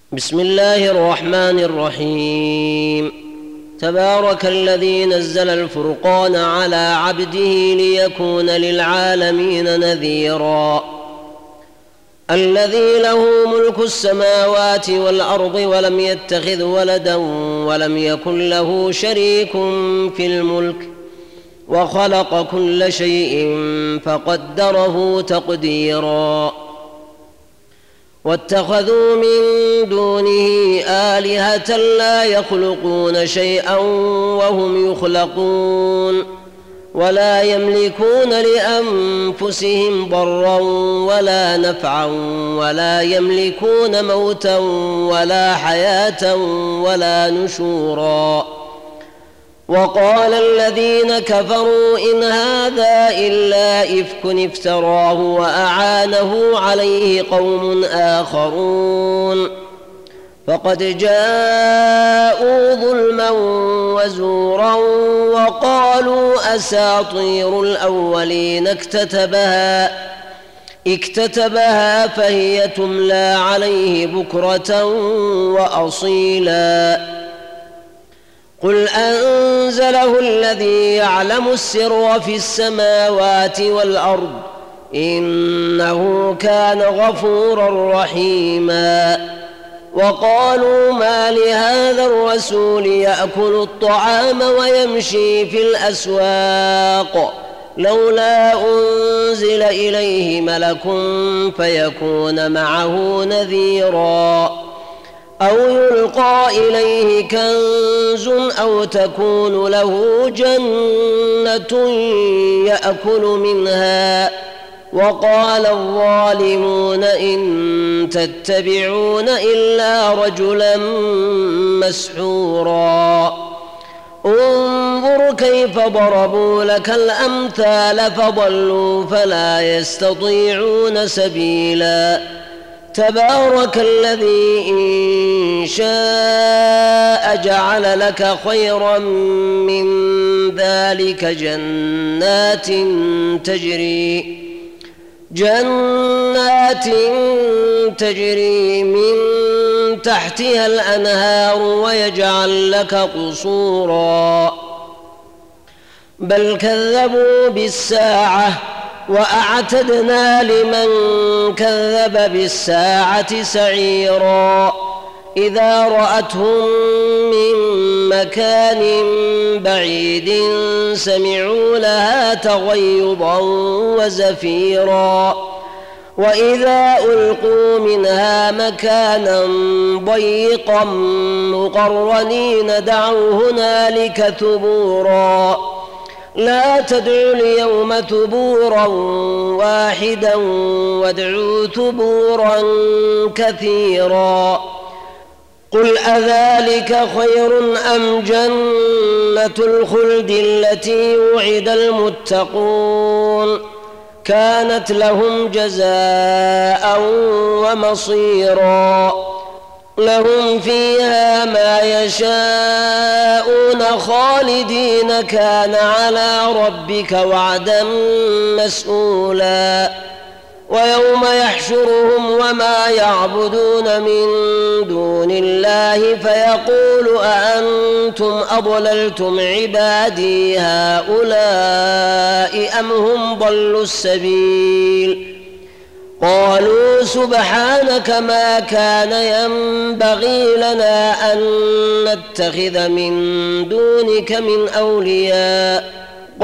بسم الله الرحمن الرحيم. تبارك الذي نزل الفرقان على عبده ليكون للعالمين نذيرا. الذي له ملك السماوات والأرض ولم يتخذ ولدا ولم يكن له شريك في الملك وخلق كل شيء فقدره تقديرا. واتخذوا من دونه آلهة لا يخلقون شيئا وهم يخلقون ولا يملكون لأنفسهم ضرا ولا نفعا ولا يملكون موتا ولا حياة ولا نشورا. وقال الذين كفروا إن هذا إلا إفك افتراه وأعانه عليه قوم آخرون فقد جاءوا ظلما وزورا وقالوا أساطير الأولين اكتتبها فهي تملى عليه بكرة وأصيلا. قل أنزله الذي يعلم السر في السماوات والأرض إنه كان غفورا رحيما. وقالوا ما لهذا الرسول يأكل الطعام ويمشي في الأسواق لولا أنزل إليه ملك فيكون معه نذيرا أو يلقى إليه كنز أو تكون له جنة يأكل منها. وقال الظالمون إن تتبعون إلا رجلا مسحورا. انظر كيف ضربوا لك الأمثال فضلوا فلا يستطيعون سبيلا. تبارك الذي إن شاء جعل لك خيرا من ذلك جنات تجري من تحتها الأنهار ويجعل لك قصورا. بل كذبوا بالساعة وأعتدنا لمن كذب بالساعة سعيرا. إذا رأتهم من مكان بعيد سمعوا لها تغيظا وزفيرا. وإذا ألقوا منها مكانا ضيقا مقرنين دعوا هنالك ثبورا. لا تدعوا اليوم ثبورا واحدا وادعوا ثبورا كثيرا. قل أذلك خير أم جنة الخلد التي وعد المتقون كانت لهم جزاء ومصيرا. لهم فيها ما يشاءون خالدين كان على ربك وعدا مسئولا. ويوم يحشرهم وما يعبدون من دون الله فيقول أأنتم أضللتم عبادي هؤلاء أم هم ضلوا السبيل. قالوا سبحانك ما كان ينبغي لنا أن نتخذ من دونك من أولياء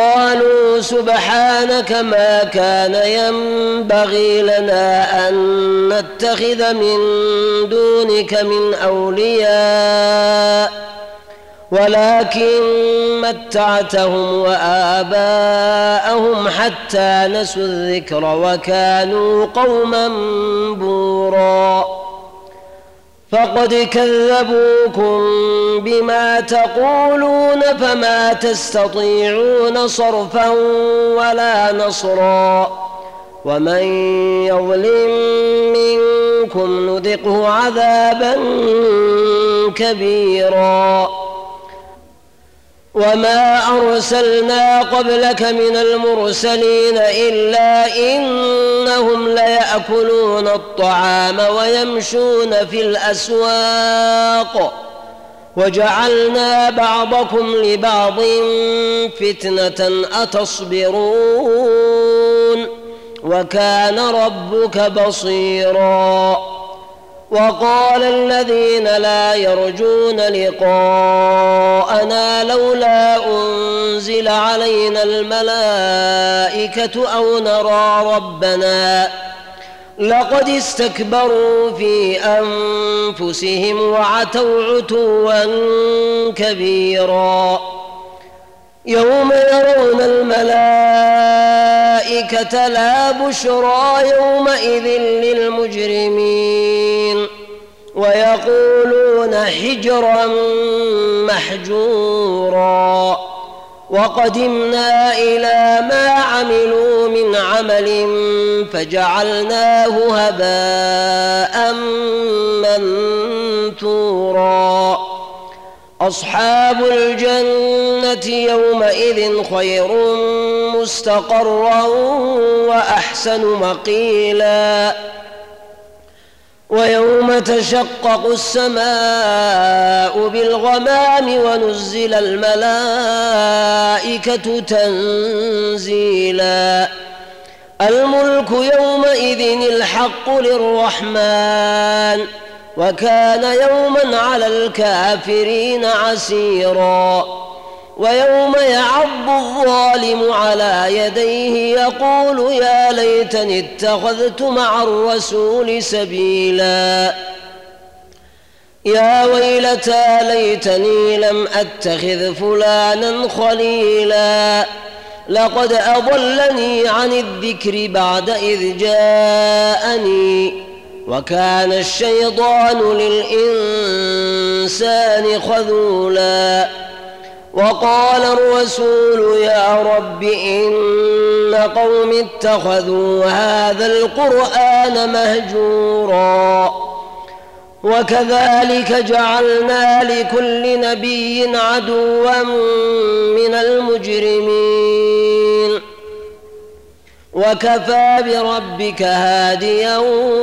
ولكن متعتهم وآباءهم حتى نسوا الذكر وكانوا قوما بورا. فقد كذبوكم بما تقولون فما تستطيعون صرفا ولا نصرا. ومن يظلم منكم نذقه عذابا كبيرا. وما أرسلنا قبلك من المرسلين إلا إنهم ليأكلون الطعام ويمشون في الأسواق وجعلنا بعضكم لبعض فتنة أتصبرون وكان ربك بصيرا. وقال الذين لا يرجون لقاءنا لولا أنزل علينا الملائكة أو نرى ربنا لقد استكبروا في أنفسهم وعتوا عتوا كبيرا. يوم يرون الملائكة لا بشرى يومئذ للمجرمين ويقولون حجرا محجورا. وقدمنا إلى ما عملوا من عمل فجعلناه هباء منثورا. أصحاب الجنة يومئذ خير مستقرا وأحسن مقيلا. ويوم تشقق السماء بالغمام ونزل الملائكة تنزيلا. الملك يومئذ الحق للرحمن وكان يوما على الكافرين عسيرا. ويوم يعض الظالم على يديه يقول يا ليتني اتخذت مع الرسول سبيلا. يا ويلتى ليتني لم أتخذ فلانا خليلا لقد أضلني عن الذكر بعد إذ جاءني وكان الشيطان للإنسان خذولا. وقال الرسول يا رب إن قوم اتخذوا هذا القرآن مهجورا. وكذلك جعلنا لكل نبي عدوا من المجرمين وكفى بربك هاديا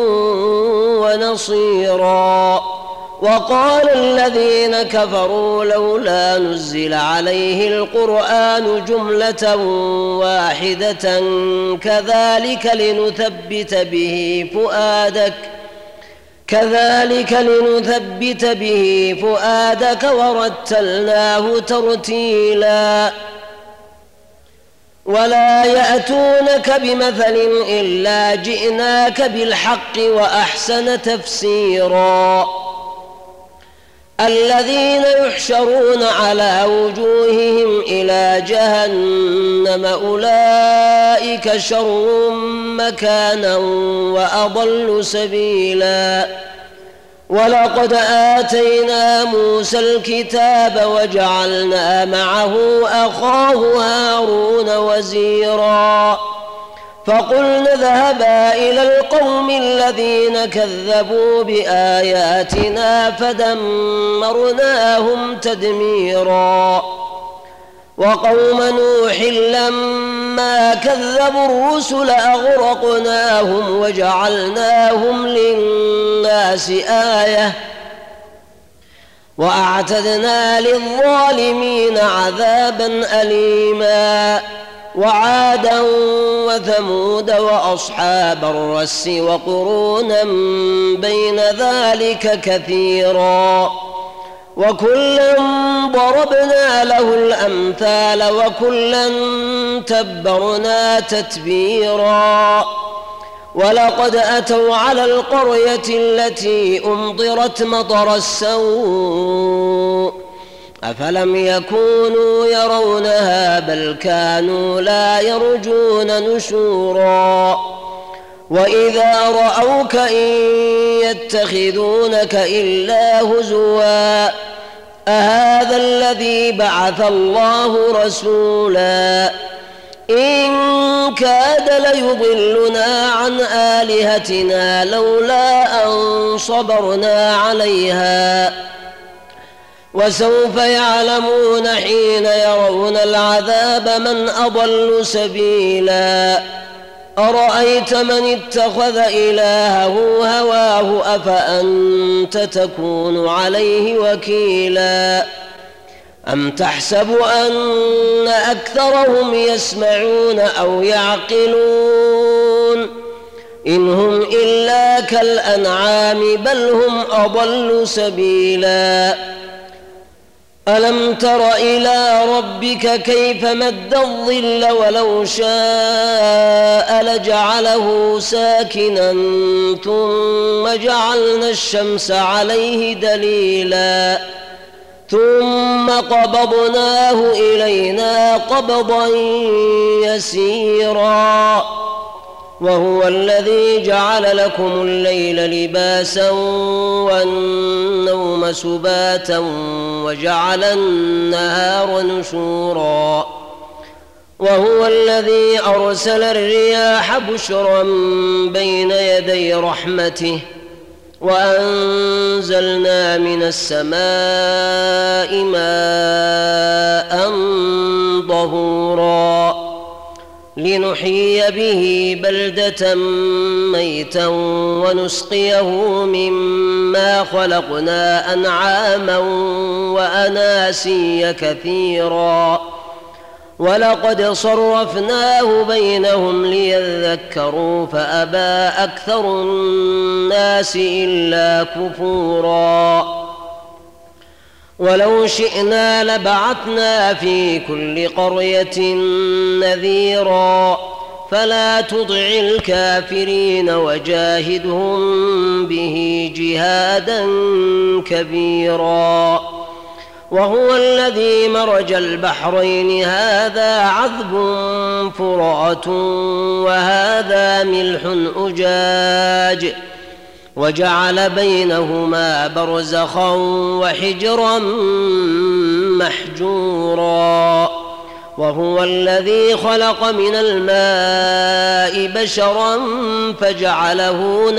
ونصيرا. وقال الذين كفروا لولا نزل عليه القرآن جملة واحدة كذلك لنثبت به فؤادك ورتلناه ترتيلا. ولا يأتونك بمثل إلا جئناك بالحق وأحسن تفسيرا. الذين يحشرون على وجوههم إلى جهنم أولئك شر مكانا وأضل سبيلا. ولقد آتينا موسى الكتاب وجعلنا معه أخاه هارون وزيرا. فقلنا اذهبا إلى القوم الذين كذبوا بآياتنا فدمرناهم تدميرا. وقوم نوح لما كذبوا الرسل أغرقناهم وجعلناهم للناس آية وأعتدنا للظالمين عذابا أليما. وعادا وثمود وأصحاب الرس وقرونا بين ذلك كثيرا. وكلا ضربنا له الأمثال وكلا تبرنا تتبيرا. ولقد أتوا على القرية التي أمطرت مطر السوء أفلم يكونوا يرونها بل كانوا لا يرجون نشورا. وإذا رأوك إن يتخذونك إلا هزوا أهذا الذي بعث الله رسولا إن كاد ليضلنا عن آلهتنا لولا أن صبرنا عليها وسوف يعلمون حين يرون العذاب من أضل سبيلا أرأيت من اتخذ إلهه هواه أفأنت تكون عليه وكيلا أم تحسب أن أكثرهم يسمعون أو يعقلون إن هم إلا كالأنعام بل هم أضل سبيلا ألم تر إلى ربك كيف مد الظل ولو شاء لجعله ساكنا ثم جعلنا الشمس عليه دليلا ثم قبضناه إلينا قبضا يسيرا وهو الذي جعل لكم الليل لباسا والنوم سباتا وجعل النهار نشورا وهو الذي أرسل الرياح بشرا بين يدي رحمته وأنزلنا من السماء ماء طهورا لنحيي به بلدة ميتا ونسقيه مما خلقنا أنعاما وأناسيا كثيرا ولقد صرفناه بينهم ليذكروا فأبى أكثر الناس إلا كفورا ولو شئنا لبعثنا في كل قرية نذيرا فلا تطع الكافرين وجاهدهم به جهادا كبيرا وهو الذي مرج البحرين هذا عذب فرات وهذا ملح أجاج وجعل بينهما برزخا وحجرا محجورا وهو الذي خلق من الماء بشرا فجعله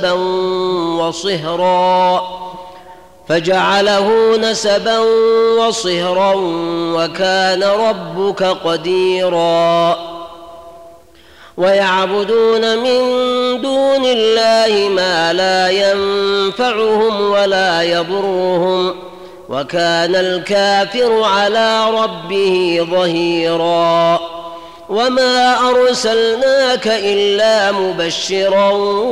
نسبا وصهرا وكان ربك قديرا ويعبدون من دون الله ما لا ينفعهم ولا يضرهم وكان الكافر على ربه ظهيرا وما أرسلناك إلا مبشرا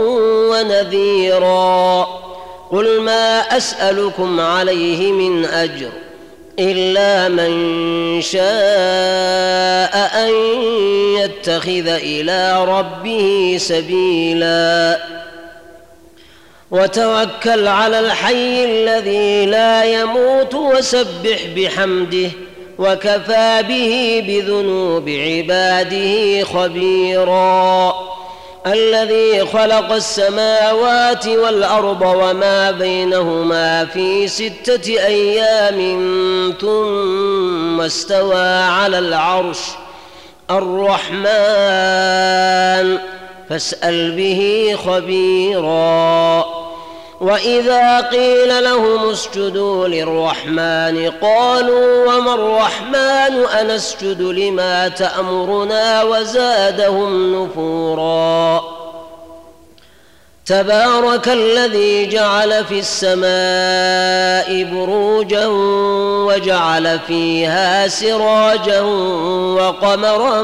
ونذيرا قل ما أسألكم عليه من أجر إلا من شاء أن يتخذ إلى ربه سبيلا وتوكل على الحي الذي لا يموت وسبح بحمده وكفى به بذنوب عباده خبيرا الذي خلق السماوات والأرض وما بينهما في 6 أيام ثم استوى على العرش الرحمن فاسأل به خبيرا وإذا قيل لهم اسجدوا للرحمن قالوا وما الرحمن أنسجد لما تأمرنا وزادهم نفورا تبارك الذي جعل في السماء بروجا وجعل فيها سراجا وقمرا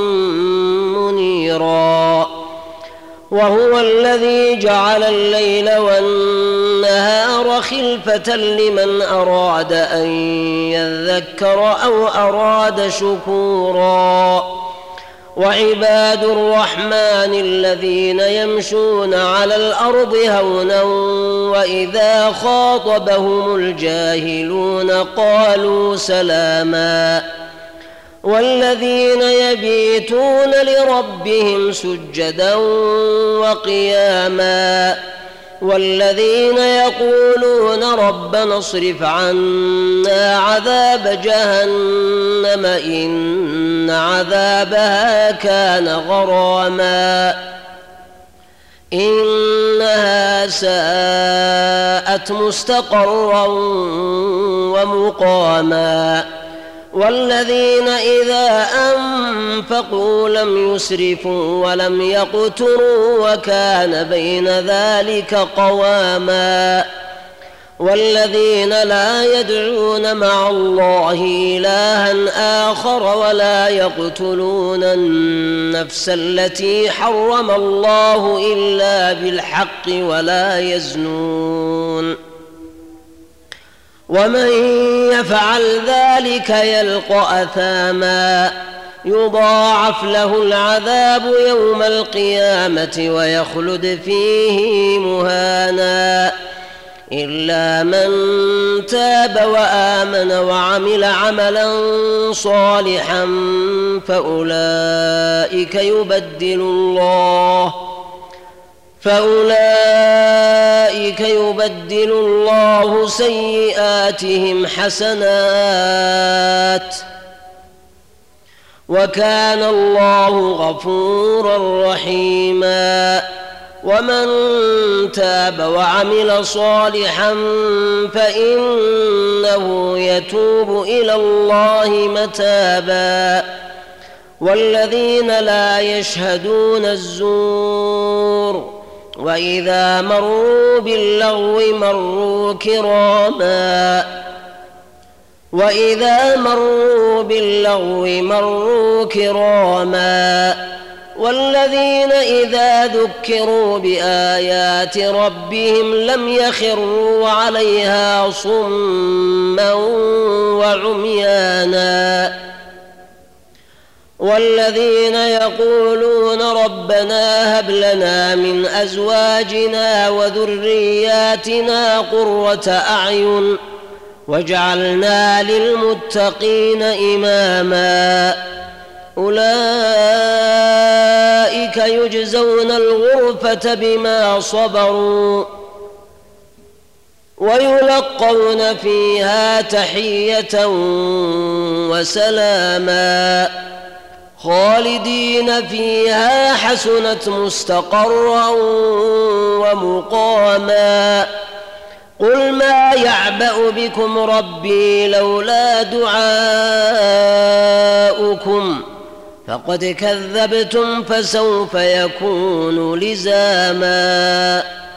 منيرا وهو الذي جعل الليل والنهار خلفة لمن أراد أن يذكر أو أراد شكورا وعباد الرحمن الذين يمشون على الأرض هونا وإذا خاطبهم الجاهلون قالوا سلاما والذين يبيتون لربهم سجدا وقياما والذين يقولون ربنا اصرف عنا عذاب جهنم إن عذابها كان غراما إنها ساءت مستقرا ومقاما والذين إذا أنفقوا لم يسرفوا ولم يقتروا وكان بين ذلك قواما والذين لا يدعون مع الله إلها آخر ولا يقتلون النفس التي حرم الله إلا بالحق ولا يزنون ومن يفعل ذلك يلقى أثاما يضاعف له العذاب يوم القيامة ويخلد فيه مهانا إلا من تاب وآمن وعمل عملا صالحا فأولئك يبدل الله سيئاتهم حسنات وكان الله غفورا رحيما ومن تاب وعمل صالحا فإنه يتوب إلى الله متابا والذين لا يشهدون الزور وإذا مروا باللغو مروا كراما والذين إذا ذكروا بآيات ربهم لم يخروا عليها صما وعميانا والذين يقولون ربنا هب لنا من أزواجنا وذرياتنا قرة أعين واجعلنا للمتقين إماما أولئك يجزون الغرفة بما صبروا ويلقون فيها تحية وسلاما خالدين فيها حسنت مستقرا ومقاما قل ما يعبأ بكم ربي لولا دعاؤكم فقد كذبتم فسوف يكون لزاما